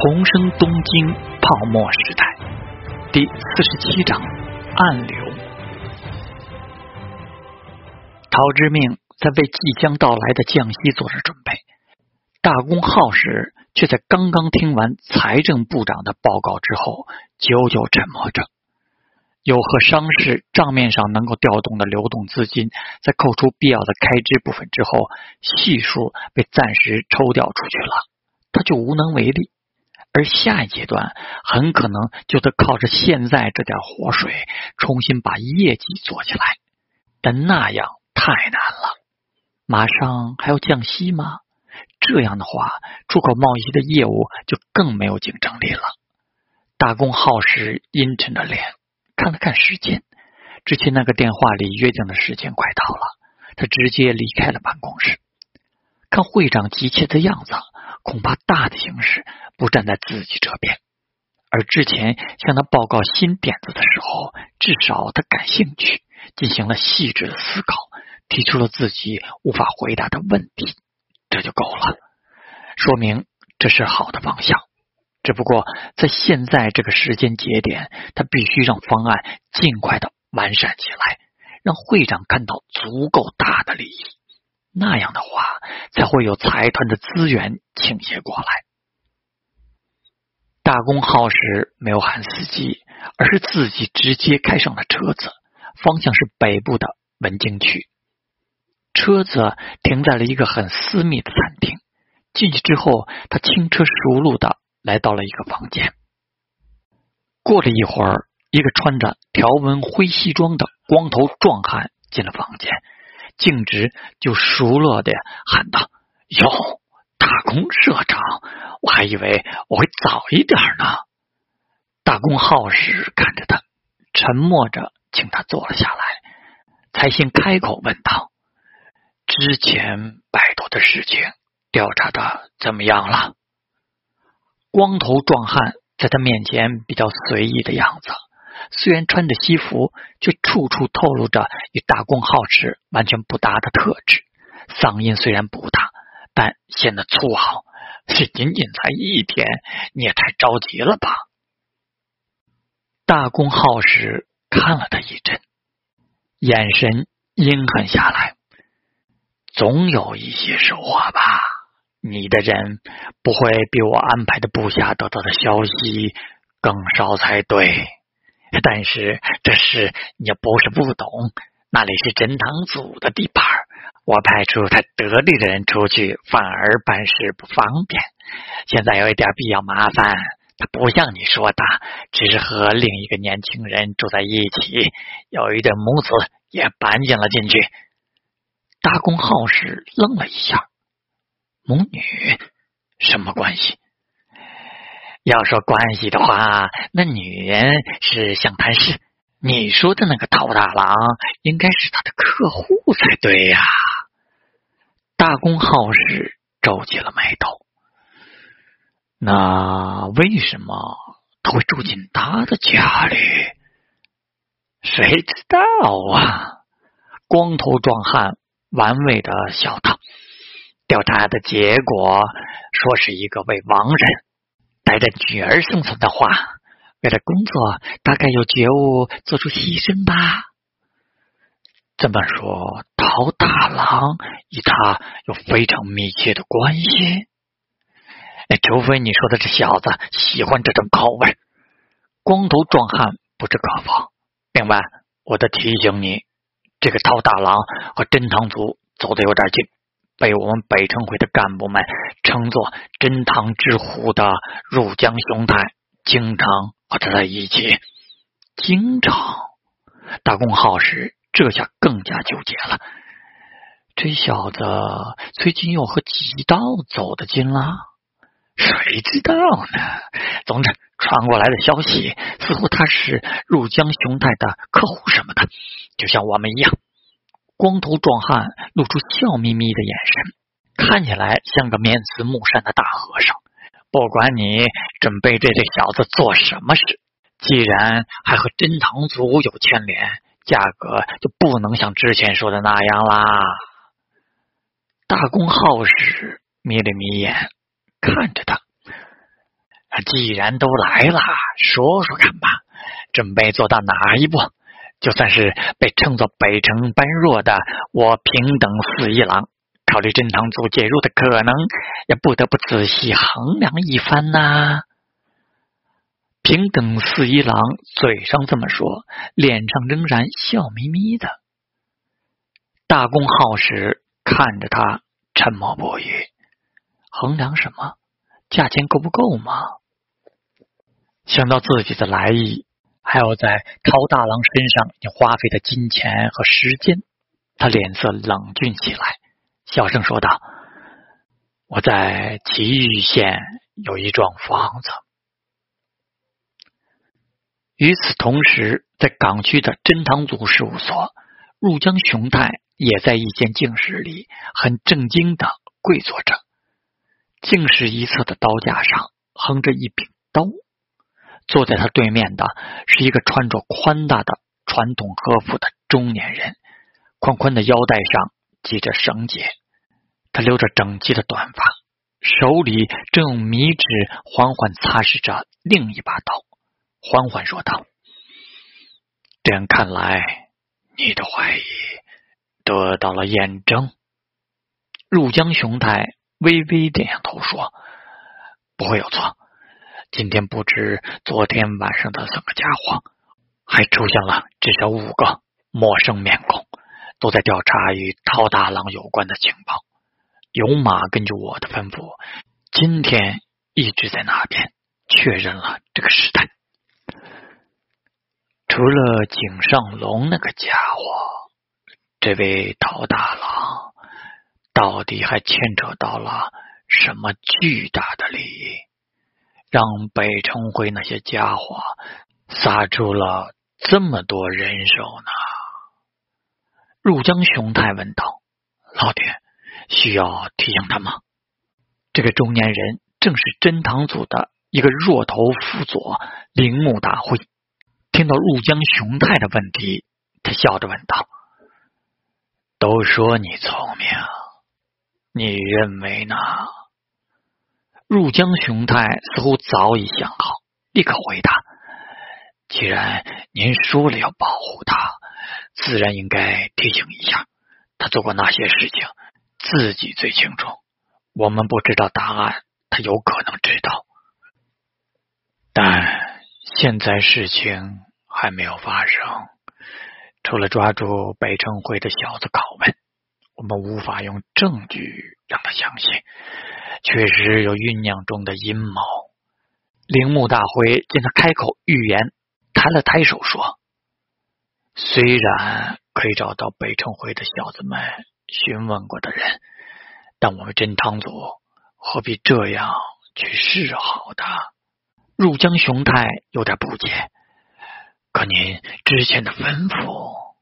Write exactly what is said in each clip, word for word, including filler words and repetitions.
重生东京泡沫时代第四十七章暗流。陶之命在为即将到来的降息做着准备，大公浩时却在刚刚听完财政部长的报告之后久久沉默着。有和商事账面上能够调动的流动资金，在扣除必要的开支部分之后，系数被暂时抽调出去了，他就无能为力。而下一阶段很可能就得靠着现在这点活水重新把业绩做起来，但那样太难了。马上还要降息吗？这样的话，出口贸易的业务就更没有竞争力了。大公浩时阴沉着脸，看了看时间，之前那个电话里约定的时间快到了，他直接离开了办公室。看会长急切的样子，恐怕大的形势不站在自己这边，而之前向他报告新点子的时候，至少他感兴趣，进行了细致的思考，提出了自己无法回答的问题，这就够了，说明这是好的方向。只不过在现在这个时间节点，他必须让方案尽快的完善起来，让会长看到足够大的利益，那样的话才会有财团的资源倾斜过来。大公浩时没有喊司机，而是自己直接开上了车子，方向是北部的文京区。车子停在了一个很私密的餐厅，进去之后，他轻车熟路的来到了一个房间。过了一会儿，一个穿着条纹灰西装的光头壮汉进了房间，径直就熟络的喊道：哟，大公社长，我还以为我会早一点呢。大公浩时看着他，沉默着请他坐了下来，才先开口问道：之前拜托的事情调查的怎么样了？光头壮汉在他面前比较随意的样子，虽然穿着西服，却处处透露着与大公浩时完全不搭的特质。嗓音虽然不大，但显得粗豪。是仅仅才一天，你也太着急了吧？大公浩时看了他一阵，眼神阴狠下来。总有一些收获吧，你的人不会比我安排的部下得到的消息更少才对。但是这事你也不是不懂，那里是真堂组的地盘，我派出他得力的人出去，反而办事不方便。现在有一点比较麻烦，他不像你说的只是和另一个年轻人住在一起，有一对母子也搬进了进去。大公浩时愣了一下，母女什么关系？要说关系的话，那女人是湘潭市，你说的那个陶大郎应该是他的客户才对呀、啊。大公浩时皱起了眉头，那为什么他会住进他的家里？谁知道啊？光头壮汉玩味的笑道，调查的结果说是一个为亡人带着女儿生存的话，为了工作大概有觉悟做出牺牲吧。这么说，陶大郎与他有非常密切的关系，除非你说的这小子喜欢这种口味。光头壮汉不置可否。另外，我得提醒你，这个陶大郎和真堂族走得有点近，被我们北城会的干部们称作真堂之虎的入江雄太经常和他在一起。经常？大公浩时这下更加纠结了，这小子最近又和极道走得近了？谁知道呢？总之传过来的消息似乎他是入江雄太的客户什么的，就像我们一样。光头壮汉露出笑眯眯的眼神，看起来像个面慈目善的大和尚。不管你准备对这小子做什么事，既然还和真堂族有牵连，价格就不能像之前说的那样啦。大公浩时眯了眯眼看着他， 既然都来了，说说看吧，准备做到哪一步？就算是被称作北城般弱的我平等四一郎，考虑真堂组介入的可能，也不得不仔细衡量一番呐、啊。平等四一郎嘴上这么说，脸上仍然笑眯眯的。大公好使看着他，沉默不语。衡量什么？价钱够不够吗？想到自己的来意，还有在陶大郎身上已经花费的金钱和时间，他脸色冷峻起来，小声说道：我在祁玉县有一幢房子。与此同时，在港区的真堂组事务所，入江雄太也在一间静室里很正经地跪坐着。静室一侧的刀架上横着一柄刀，坐在他对面的是一个穿着宽大的传统和服的中年人，宽宽的腰带上系着绳结，他留着整齐的短发，手里正用米纸缓缓擦拭着另一把刀，缓缓说道：这样看来，你的怀疑得到了验证。入江雄太微微点下头说：不会有错，今天不知昨天晚上的三个家伙，还出现了至少五个陌生面孔，都在调查与陶大郎有关的情报。有马根据我的吩咐，今天一直在那边确认了这个时代。除了井上龙那个家伙，这位陶大郎到底还牵扯到了什么巨大的利益，让北城会那些家伙撒出了这么多人手呢？入江雄太问道：老爹，需要提醒他吗？这个中年人正是真堂组的一个弱头辅佐铃木大辉。听到入江雄太的问题，他笑着问道：都说你聪明，你认为呢？入江雄太似乎早已想好，立刻回答：既然您说了要保护他，自然应该提醒一下，他做过那些事情自己最清楚，我们不知道答案，他有可能知道。但现在事情还没有发生，除了抓住北城会的小子拷问，我们无法用证据让他相信确实有酝酿中的阴谋。铃木大辉见他开口预言，抬了抬手说：虽然可以找到北城会的小子们询问过的人，但我们真堂组何必这样去示好的？入江雄太有点不解，可您之前的吩咐，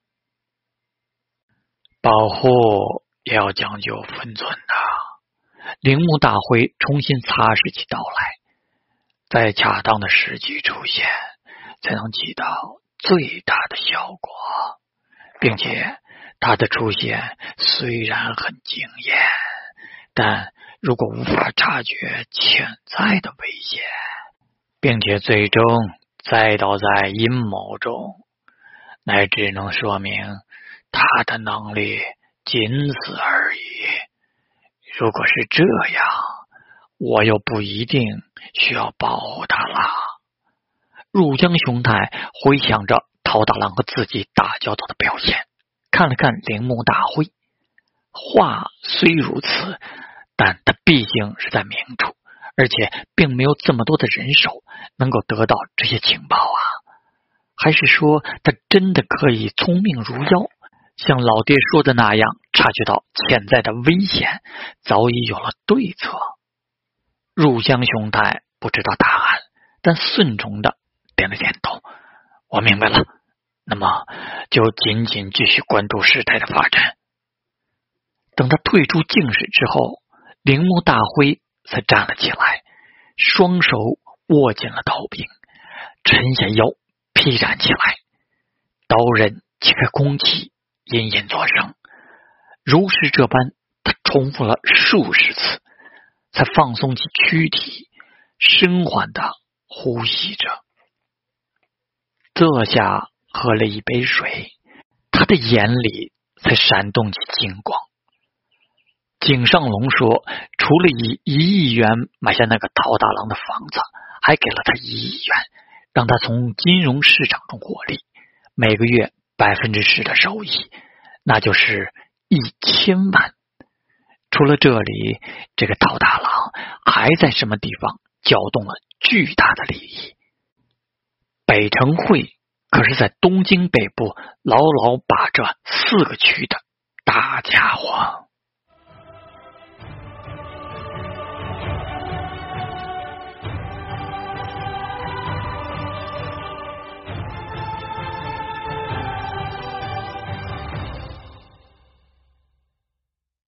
保护也要讲究分寸的。铃木大辉重新擦拭起刀来，在恰当的时机出现，才能起到最大的效果，并且他的出现虽然很惊艳，但如果无法察觉潜在的危险，并且最终栽倒在阴谋中，那只能说明他的能力仅此而已。如果是这样，我又不一定需要保护他了。入江雄太回想着陶大郎和自己打交道的表现，看了看铃木大辉，话虽如此，但他毕竟是在明处，而且并没有这么多的人手能够得到这些情报啊。还是说他真的可以聪明如妖，像老爹说的那样察觉到潜在的危险，早已有了对策？入江雄太不知道答案，但顺从的点了点头。我明白了，那么就仅仅继续关注事态的发展。等他退出静室之后，铃木大辉才站了起来，双手握紧了刀柄，沉下腰劈斩起来，刀刃切开空气，隐隐作声。如是这般，他重复了数十次，才放松起躯体， 深缓的呼吸着。这下喝了一杯水，他的眼里才闪动起金光。井上龙说，除了以一亿元买下那个陶大郎的房子，还给了他一亿元，让他从金融市场中获利，每个月百分之十的收益，那就是一千万。除了这里，这个陶大郎还在什么地方搅动了巨大的利益？北城会可是在东京北部牢牢把着四个区的大家伙。